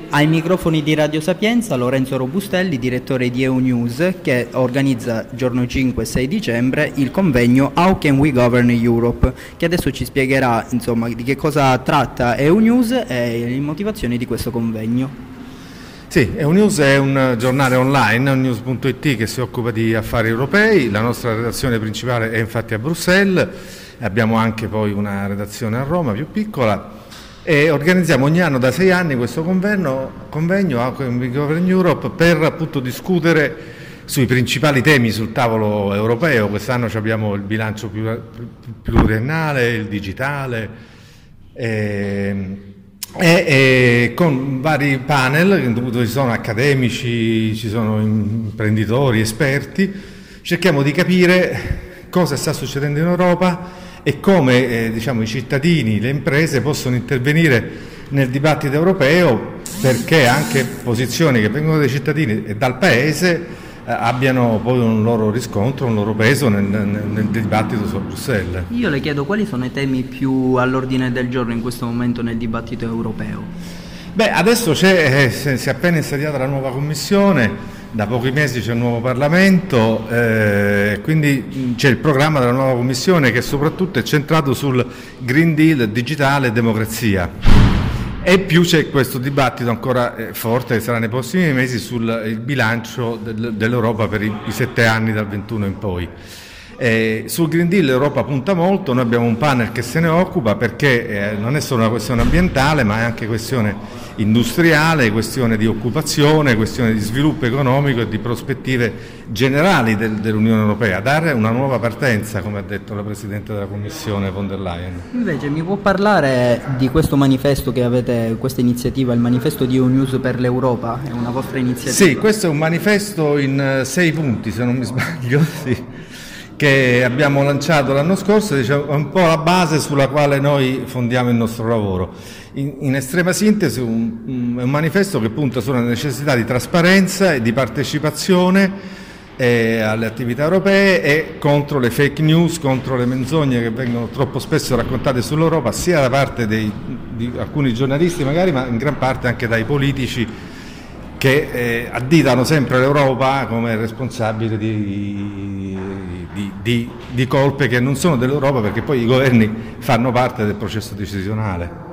Ai microfoni di Radio Sapienza Lorenzo Robustelli, direttore di EUnews, che organizza giorno 5 e 6 dicembre il convegno How Can We Govern Europe, che adesso ci spiegherà insomma di che cosa tratta EUnews e le motivazioni di questo convegno. Sì, EUnews è un giornale online, EUnews.it, che si occupa di affari europei. La nostra redazione principale è infatti a Bruxelles, abbiamo anche poi una redazione a Roma più piccola. E organizziamo ogni anno da 6 anni questo convegno How Can We Govern Europe per appunto discutere sui principali temi sul tavolo europeo. Quest'anno abbiamo il bilancio pluriennale, il digitale e con vari panel dove ci sono accademici, ci sono imprenditori, esperti. Cerchiamo di capire cosa sta succedendo in Europa e come i cittadini, le imprese possono intervenire nel dibattito europeo, perché anche posizioni che vengono dai cittadini e dal Paese abbiano poi un loro riscontro, un loro peso nel dibattito su Bruxelles. Io le chiedo quali sono i temi più all'ordine del giorno in questo momento nel dibattito europeo. Adesso si è appena insediata la nuova Commissione, da pochi mesi c'è un nuovo Parlamento, quindi c'è il programma della nuova Commissione che soprattutto è centrato sul Green Deal, digitale e democrazia. E più c'è questo dibattito ancora forte che sarà nei prossimi mesi sul bilancio dell'Europa per i 7 anni dal 21 in poi. Sul Green Deal l'Europa punta molto, noi abbiamo un panel che se ne occupa perché non è solo una questione ambientale ma è anche questione industriale, questione di occupazione, questione di sviluppo economico e di prospettive generali dell'Unione Europea, dare una nuova partenza, come ha detto la Presidente della Commissione von der Leyen. Invece mi può parlare di questo manifesto che avete, questa iniziativa, il manifesto di EUnews per l'Europa, è una vostra iniziativa? Sì, questo è un manifesto in 6 punti se non mi sbaglio, sì, che abbiamo lanciato l'anno scorso, è un po' la base sulla quale noi fondiamo il nostro lavoro. In estrema sintesi è un manifesto che punta sulla necessità di trasparenza e di partecipazione alle attività europee e contro le fake news, contro le menzogne che vengono troppo spesso raccontate sull'Europa, sia da parte di alcuni giornalisti magari, ma in gran parte anche dai politici che additano sempre l'Europa come responsabile di colpe che non sono dell'Europa, perché poi i governi fanno parte del processo decisionale.